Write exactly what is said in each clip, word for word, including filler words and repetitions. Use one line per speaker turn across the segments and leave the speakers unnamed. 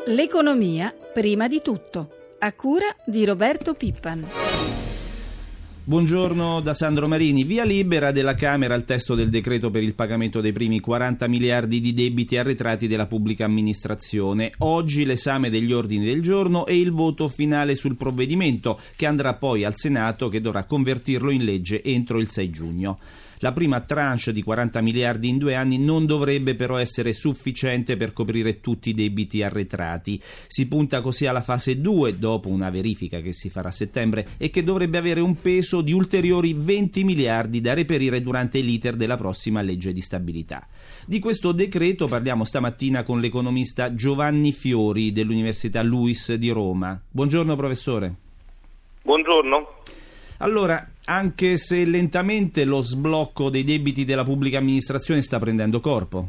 L'economia prima di tutto, a cura di Roberto Pippan.
Buongiorno da Sandro Marini. Via libera della Camera al testo del decreto per il pagamento dei primi quaranta miliardi di debiti arretrati della pubblica amministrazione. Oggi l'esame degli ordini del giorno e il voto finale sul provvedimento, che andrà poi al Senato, che dovrà convertirlo in legge entro il sei giugno. La prima tranche di quaranta miliardi in due anni non dovrebbe però essere sufficiente per coprire tutti i debiti arretrati. Si punta così alla fase due, dopo una verifica che si farà a settembre e che dovrebbe avere un peso di ulteriori venti miliardi da reperire durante l'iter della prossima legge di stabilità. Di questo decreto parliamo stamattina con l'economista Giovanni Fiori dell'Università LUISS di Roma. Buongiorno professore.
Buongiorno.
Allora, anche se lentamente lo sblocco dei debiti della pubblica amministrazione sta prendendo corpo.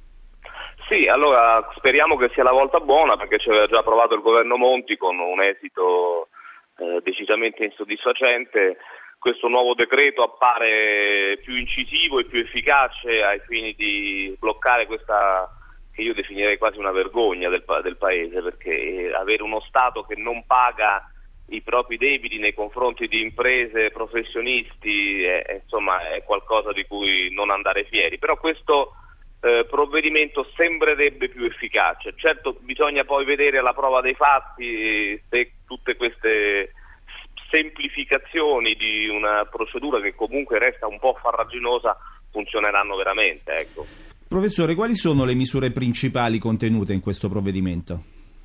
Sì, allora speriamo che sia la volta buona, perché ci aveva già approvato il governo Monti con un esito eh, decisamente insoddisfacente. Questo nuovo decreto appare più incisivo e più efficace ai fini di bloccare questa, che io definirei quasi una vergogna del, del Paese, perché avere uno Stato che non paga i propri debiti nei confronti di imprese, professionisti, è, insomma è qualcosa di cui non andare fieri. Però questo eh, provvedimento sembrerebbe più efficace. Certo, bisogna poi vedere alla prova dei fatti se tutte queste semplificazioni di una procedura che comunque resta un po' farraginosa funzioneranno veramente. Ecco.
Professore, quali sono le misure principali contenute in questo provvedimento?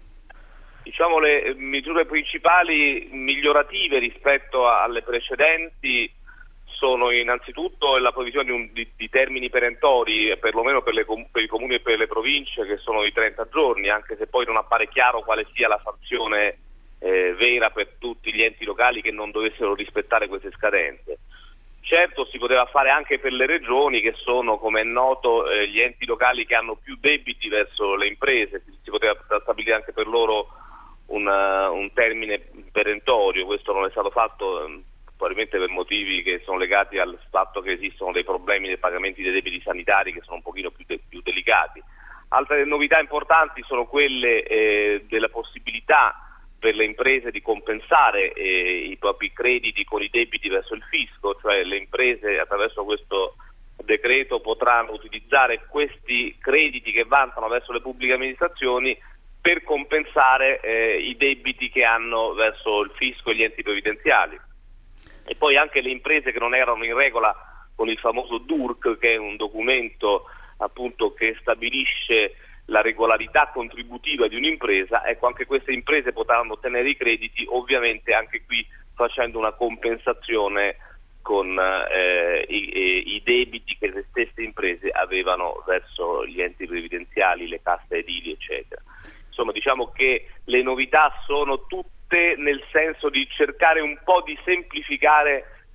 Diciamo le misure principali migliorative rispetto alle precedenti sono innanzitutto la previsione di, un, di, di termini perentori, perlomeno per, le, per i comuni e per le province, che sono di trenta giorni, anche se poi non appare chiaro quale sia la sanzione eh, vera per tutti gli enti locali che non dovessero rispettare queste scadenze. Certo, si poteva fare anche per le regioni, che sono, come è noto, eh, gli enti locali che hanno più debiti verso le imprese, si poteva stabilire anche per loro Una, un termine perentorio. Questo non è stato fatto eh, probabilmente per motivi che sono legati al fatto che esistono dei problemi nei pagamenti dei debiti sanitari che sono un pochino più, de- più delicati. Altre novità importanti sono quelle eh, della possibilità per le imprese di compensare eh, i propri crediti con i debiti verso il fisco, cioè le imprese attraverso questo decreto potranno utilizzare questi crediti che vantano verso le pubbliche amministrazioni per compensare eh, i debiti che hanno verso il fisco e gli enti previdenziali. E poi anche le imprese che non erano in regola con il famoso D U R C, che è un documento appunto che stabilisce la regolarità contributiva di un'impresa, ecco, anche queste imprese potranno ottenere i crediti, ovviamente anche qui facendo una compensazione con eh, i, i debiti che le stesse imprese avevano verso gli enti previdenziali, le casse edili, eccetera. Insomma, diciamo che le novità sono tutte nel senso di cercare un po' di semplificare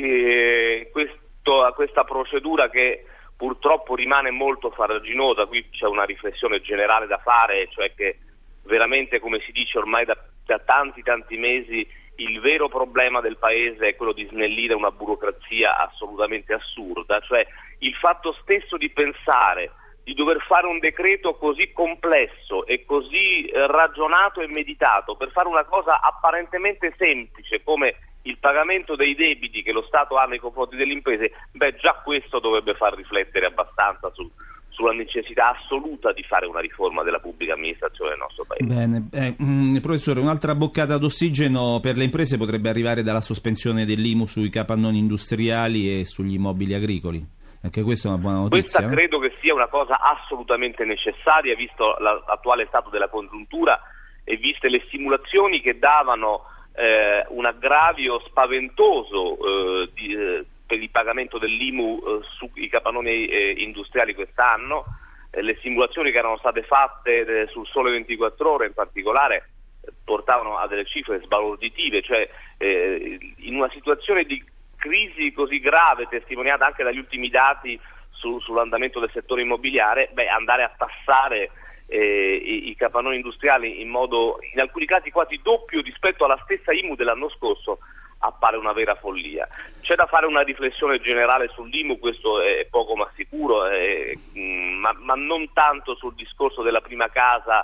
eh, questo, questa procedura che purtroppo rimane molto farraginosa. Qui c'è una riflessione generale da fare, cioè che veramente, come si dice ormai da, da tanti tanti mesi, il vero problema del Paese è quello di snellire una burocrazia assolutamente assurda, cioè il fatto stesso di pensare di dover fare un decreto così complesso e così eh, ragionato e meditato per fare una cosa apparentemente semplice come il pagamento dei debiti che lo Stato ha nei confronti delle imprese, beh, già questo dovrebbe far riflettere abbastanza su, sulla necessità assoluta di fare una riforma della pubblica amministrazione del nostro Paese.
Bene, eh, mh, professore, un'altra boccata d'ossigeno per le imprese potrebbe arrivare dalla sospensione dell'I M U sui capannoni industriali e sugli immobili agricoli. Anche questa è una buona notizia.
Questa credo che sia una cosa assolutamente necessaria, visto l'attuale stato della congiuntura e viste le simulazioni che davano eh, un aggravio spaventoso eh, di, eh, per il pagamento dell'I M U eh, sui capannoni eh, industriali quest'anno. Eh, le simulazioni che erano state fatte eh, sul Sole ventiquattro Ore in particolare eh, portavano a delle cifre sbalorditive, cioè eh, in una situazione di crisi così grave, testimoniata anche dagli ultimi dati su, sull'andamento del settore immobiliare, beh, andare a tassare eh, i, i capannoni industriali in modo, in alcuni casi quasi doppio rispetto alla stessa I M U dell'anno scorso, appare una vera follia. C'è da fare una riflessione generale sull'I M U, questo è poco ma sicuro, eh, ma, ma non tanto sul discorso della prima casa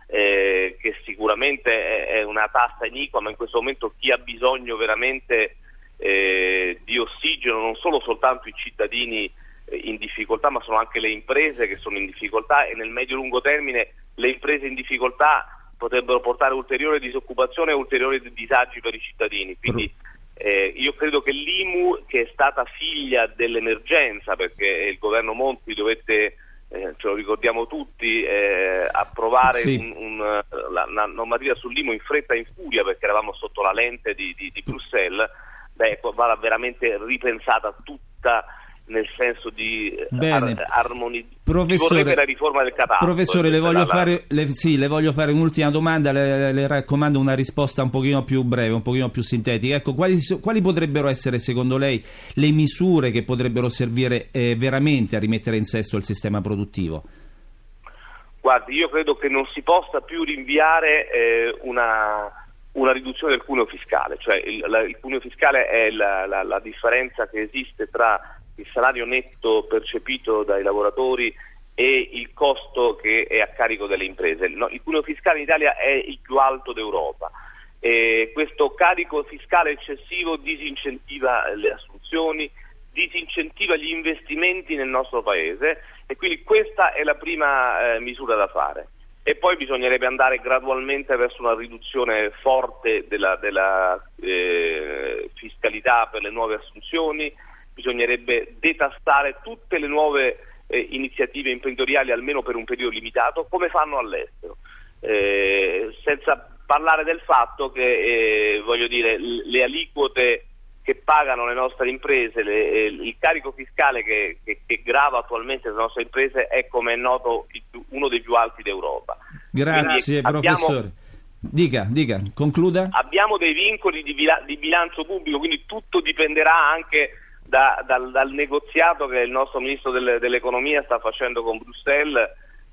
eh, che sicuramente è, è una tassa iniqua, ma in questo momento chi ha bisogno veramente eh, di ossigeno, non solo soltanto i cittadini eh, in difficoltà, ma sono anche le imprese che sono in difficoltà, e nel medio-lungo termine le imprese in difficoltà potrebbero portare ulteriore disoccupazione e ulteriori disagi per i cittadini. Quindi eh, io credo che l'I M U, che è stata figlia dell'emergenza, perché il governo Monti dovette, eh, ce lo ricordiamo tutti, eh, approvare
sì.
un, un, la, la normativa sull'I M U in fretta e in furia, perché eravamo sotto la lente di, di, di Bruxelles, beh, va veramente ripensata tutta, nel senso di ar- armonizzare la riforma del catasto.
Professore, le voglio,
la,
fare, le, sì, le voglio fare un'ultima domanda, le, le raccomando una risposta un pochino più breve, un pochino più sintetica. Ecco, quali, quali potrebbero essere secondo lei le misure che potrebbero servire eh, veramente a rimettere in sesto il sistema produttivo?
Guardi, io credo che non si possa più rinviare eh, una... una riduzione del cuneo fiscale, cioè il, la, il cuneo fiscale è la, la, la differenza che esiste tra il salario netto percepito dai lavoratori e il costo che è a carico delle imprese. No, il cuneo fiscale in Italia è il più alto d'Europa e questo carico fiscale eccessivo disincentiva le assunzioni, disincentiva gli investimenti nel nostro paese, e quindi questa è la prima eh, misura da fare. E poi bisognerebbe andare gradualmente verso una riduzione forte della, della eh, fiscalità per le nuove assunzioni, bisognerebbe detassare tutte le nuove eh, iniziative imprenditoriali almeno per un periodo limitato, come fanno all'estero, eh, senza parlare del fatto che eh, voglio dire le aliquote che pagano le nostre imprese, le, eh, il carico fiscale che, che, che grava attualmente sulle nostre imprese è, come è noto, il, uno dei più alti d'Europa.
Grazie. Quindi professore. Abbiamo, dica, dica, concluda.
Abbiamo dei vincoli di, di bilancio pubblico, quindi tutto dipenderà anche da, dal, dal negoziato che il nostro ministro del, dell'economia sta facendo con Bruxelles,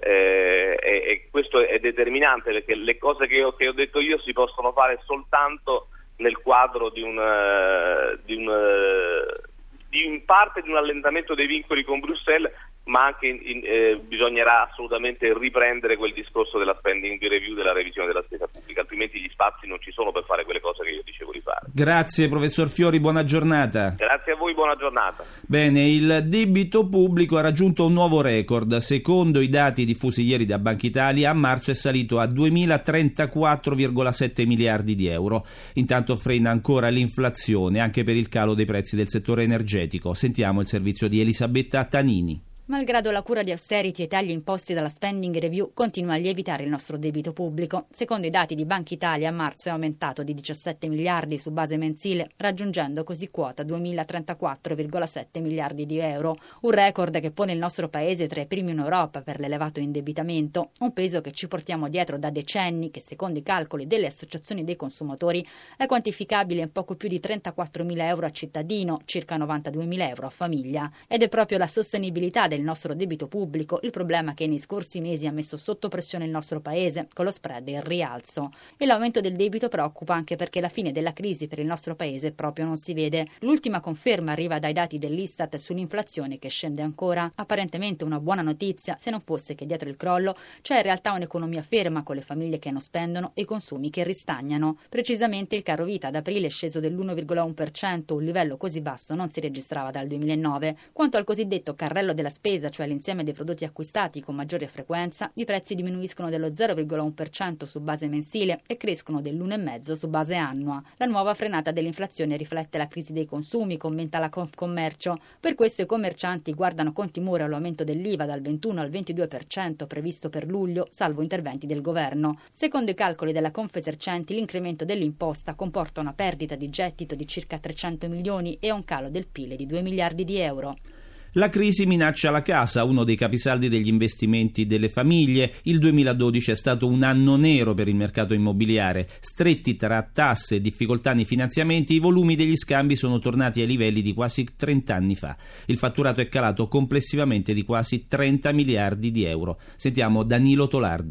eh, e, e questo è determinante, perché le cose che, io, che ho detto io si possono fare soltanto nel quadro di un, uh, di un uh, di in parte di un allentamento dei vincoli con Bruxelles, ma anche in, in, eh, bisognerà assolutamente riprendere quel discorso della spending review, della revisione della spesa pubblica, altrimenti gli spazi non ci sono per fare quelle cose che io dicevo di fare.
Grazie professor Fiori, buona giornata.
Grazie a voi, buona giornata.
Bene, il debito pubblico ha raggiunto un nuovo record. Secondo i dati diffusi ieri da Banca Italia, a marzo è salito a duemilatrentaquattro virgola sette miliardi di euro. Intanto frena ancora l'inflazione, anche per il calo dei prezzi del settore energetico. Sentiamo il servizio di Elisabetta Tanini.
Malgrado la cura di austerity e tagli imposti dalla spending review, continua a lievitare il nostro debito pubblico. Secondo i dati di Banca Italia, a marzo è aumentato di diciassette miliardi su base mensile, raggiungendo così quota duemilatrentaquattro virgola sette miliardi di euro, un record che pone il nostro paese tra i primi in Europa per l'elevato indebitamento, un peso che ci portiamo dietro da decenni, che secondo i calcoli delle associazioni dei consumatori è quantificabile in poco più di trentaquattromila euro a cittadino, circa novantaduemila euro a famiglia. Ed è proprio la sostenibilità del nostro debito pubblico il problema che nei scorsi mesi ha messo sotto pressione il nostro paese, con lo spread in rialzo. E l'aumento del debito preoccupa anche perché la fine della crisi per il nostro paese proprio non si vede. L'ultima conferma arriva dai dati dell'Istat sull'inflazione, che scende ancora. Apparentemente una buona notizia, se non fosse che dietro il crollo c'è in realtà un'economia ferma, con le famiglie che non spendono e i consumi che ristagnano. Precisamente il caro vita ad aprile è sceso dell'uno virgola uno per cento, un livello così basso non si registrava dal duemilanove. Quanto al cosiddetto carrello della spesa, cioè l'insieme dei prodotti acquistati con maggiore frequenza, i prezzi diminuiscono dello zero virgola uno per cento su base mensile e crescono dell'uno virgola cinque per cento su base annua. La nuova frenata dell'inflazione riflette la crisi dei consumi, commenta la Confcommercio. Per questo i commercianti guardano con timore all'aumento dell'I V A dal ventuno al ventidue per cento previsto per luglio, salvo interventi del governo. Secondo i calcoli della Confesercenti, l'incremento dell'imposta comporta una perdita di gettito di circa trecento milioni e un calo del P I L di due miliardi di euro.
La crisi minaccia la casa, uno dei capisaldi degli investimenti delle famiglie. Il duemiladodici è stato un anno nero per il mercato immobiliare. Stretti tra tasse e difficoltà nei finanziamenti, i volumi degli scambi sono tornati ai livelli di quasi trenta anni fa. Il fatturato è calato complessivamente di quasi trenta miliardi di euro. Sentiamo Danilo Tolardo.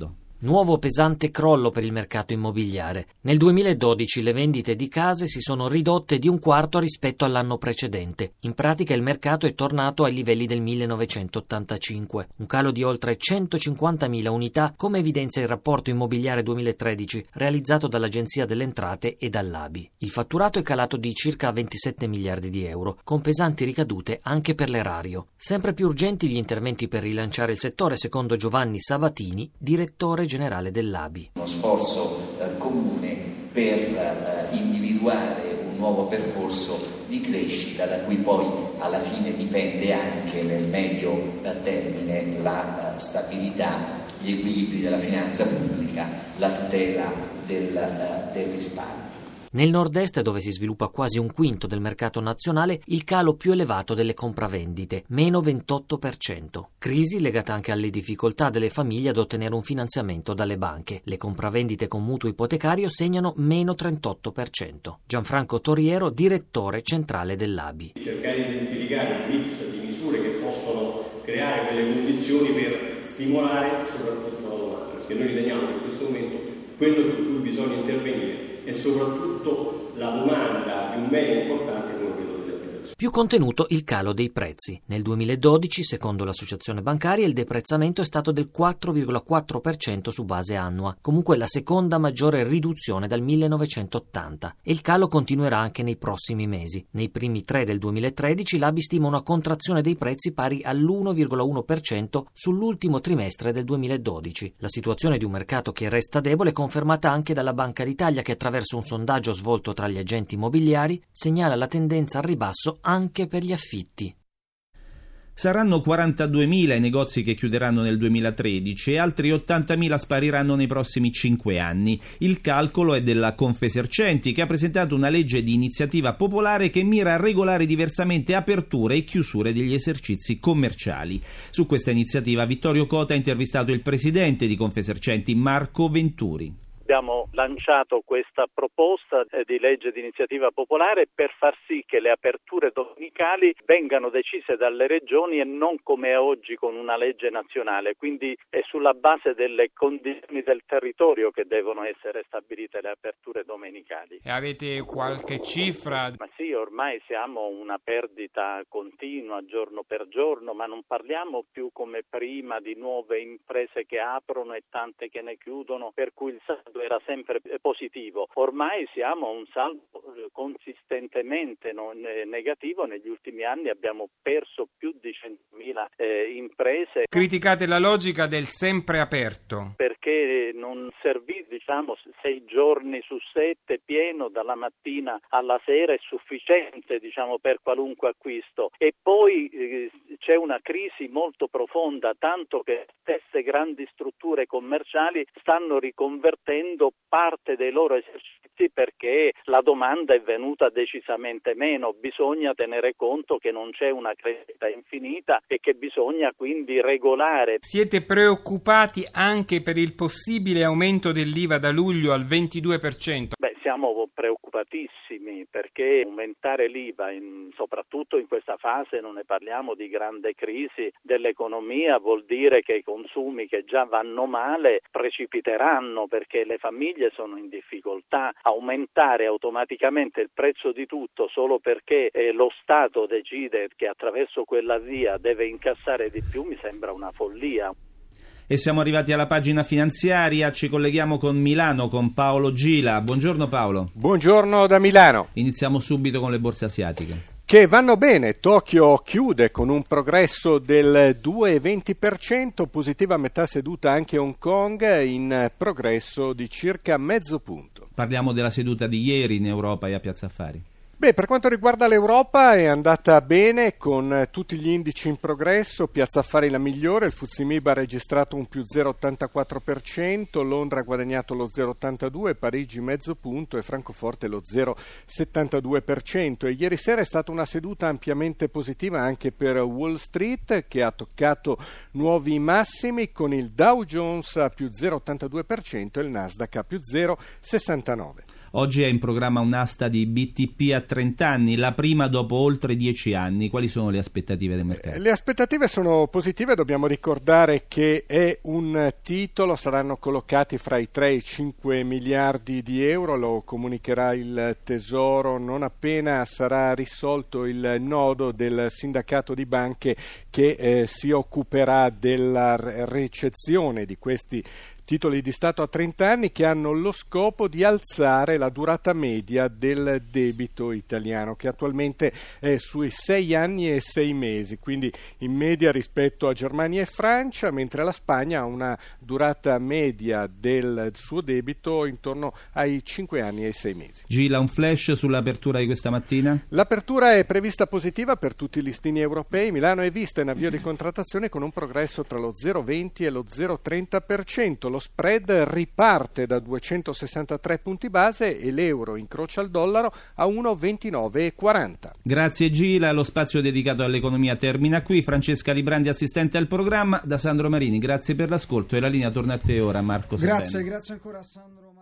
Nuovo pesante crollo per il mercato immobiliare. Nel duemiladodici le vendite di case si sono ridotte di un quarto rispetto all'anno precedente. In pratica il mercato è tornato ai livelli del millenovecentottantacinque, un calo di oltre centocinquantamila unità, come evidenzia il rapporto immobiliare duemilatredici realizzato dall'Agenzia delle Entrate e dall'A B I. Il fatturato è calato di circa ventisette miliardi di euro, con pesanti ricadute anche per l'erario. Sempre più urgenti gli interventi per rilanciare il settore, secondo Giovanni Sabatini, direttore generale dell'A B I.
Uno sforzo eh, comune per eh, individuare un nuovo percorso di crescita da cui poi alla fine dipende anche nel medio termine la uh, stabilità, gli equilibri della finanza pubblica, la tutela del, uh, del risparmio.
Nel nord-est, dove si sviluppa quasi un quinto del mercato nazionale, il calo più elevato delle compravendite, meno ventotto per cento. Crisi legata anche alle difficoltà delle famiglie ad ottenere un finanziamento dalle banche. Le compravendite con mutuo ipotecario segnano meno trentotto per cento. Gianfranco Torriero, direttore centrale dell'A B I.
Cercare di identificare un mix di misure che possono creare quelle condizioni per stimolare soprattutto la domanda, perché noi riteniamo che in questo momento quello su cui bisogna intervenire e soprattutto la domanda di un bene importante come quello delle abitazioni.
Più contenuto il calo dei prezzi. Nel duemiladodici, secondo l'associazione bancaria, il deprezzamento è stato del quattro virgola quattro per cento su base annua, comunque la seconda maggiore riduzione dal millenovecentottanta, e il calo continuerà anche nei prossimi mesi. Nei primi tre del duemilatredici l'A B I stima una contrazione dei prezzi pari all'uno virgola uno per cento sull'ultimo trimestre del duemiladodici. La situazione di un mercato che resta debole è confermata anche dalla Banca d'Italia, che attraverso un sondaggio svolto tra gli agenti immobiliari segnala la tendenza al ribasso anche per gli affitti.
Saranno quarantaduemila i negozi che chiuderanno nel duemilatredici e altri ottantamila spariranno nei prossimi cinque anni. Il calcolo è della Confesercenti, che ha presentato una legge di iniziativa popolare che mira a regolare diversamente aperture e chiusure degli esercizi commerciali. Su questa iniziativa Vittorio Cota ha intervistato il presidente di Confesercenti, Marco Venturi.
Abbiamo lanciato questa proposta di legge di iniziativa popolare per far sì che le aperture domenicali vengano decise dalle regioni e non come è oggi con una legge nazionale, quindi è sulla base delle condizioni del territorio che devono essere stabilite le aperture domenicali.
E avete qualche cifra?
Ma sì, ormai siamo una perdita continua giorno per giorno, ma non parliamo più come prima di nuove imprese che aprono e tante che ne chiudono, per cui il saldo era sempre positivo. Ormai siamo a un saldo consistentemente negativo. Negli ultimi anni abbiamo perso più di centomila eh, imprese.
Criticate la logica del sempre aperto.
Perché non servì, diciamo, sei giorni su sette pieno dalla mattina alla sera è sufficiente, diciamo, per qualunque acquisto. E poi eh, c'è una crisi molto profonda, tanto che stesse grandi strutture commerciali stanno riconvertendo parte dei loro esercizi perché la domanda è venuta decisamente meno. Bisogna tenere conto che non c'è una crescita infinita e che bisogna quindi regolare.
Siete preoccupati anche per il possibile aumento dell'I V A da luglio al ventidue per cento?
Beh, siamo preoccupatissimi perché aumentare l'I V A, in, soprattutto in questa fase, non ne parliamo di grande crisi dell'economia, vuol dire che i consumi che già vanno male precipiteranno perché le famiglie sono in difficoltà. Aumentare automaticamente il prezzo di tutto solo perché eh, lo Stato decide che attraverso quella via deve incassare di più mi sembra una follia.
E siamo arrivati alla pagina finanziaria, ci colleghiamo con Milano, con Paolo Gila. Buongiorno Paolo.
Buongiorno da Milano.
Iniziamo subito con le borse asiatiche.
Che vanno bene. Tokyo chiude con un progresso del due virgola venti per cento, positiva a metà seduta anche Hong Kong in progresso di circa mezzo punto.
Parliamo della seduta di ieri in Europa e a Piazza Affari.
Beh, per quanto riguarda l'Europa è andata bene con tutti gli indici in progresso. Piazza Affari la migliore, il Fuzimib ha registrato un più zero virgola ottantaquattro per cento, Londra ha guadagnato lo zero virgola ottantadue per cento, Parigi mezzo punto e Francoforte lo zero virgola settantadue per cento. E ieri sera è stata una seduta ampiamente positiva anche per Wall Street, che ha toccato nuovi massimi con il Dow Jones a più zero virgola ottantadue per cento e il Nasdaq a più zero virgola sessantanove per cento.
Oggi è in programma un'asta di B T P a trenta anni, la prima dopo oltre dieci anni. Quali sono le aspettative del mercato?
Le aspettative sono positive, dobbiamo ricordare che è un titolo, saranno collocati fra i tre e i cinque miliardi di euro, lo comunicherà il Tesoro non appena sarà risolto il nodo del sindacato di banche che eh, si occuperà della ricezione di questi titoli di Stato a trenta anni che hanno lo scopo di alzare la durata media del debito italiano, che attualmente è sui sei anni e sei mesi, quindi in media rispetto a Germania e Francia, mentre la Spagna ha una durata media del suo debito intorno ai cinque anni e sei mesi.
Gila, un flash sull'apertura di questa mattina?
L'apertura è prevista positiva per tutti i listini europei. Milano è vista in avvio di contrattazione con un progresso tra lo zero virgola venti e lo zero virgola trenta per cento. Lo spread riparte da duecentosessantatré punti base e l'euro incrocia il dollaro a uno virgola ventinove quaranta.
Grazie Gila, lo spazio dedicato all'economia termina qui. Francesca Librandi, assistente al programma, da Sandro Marini. Grazie per l'ascolto e la linea torna a te ora, Marco Sabene.
Grazie, grazie ancora a Sandro.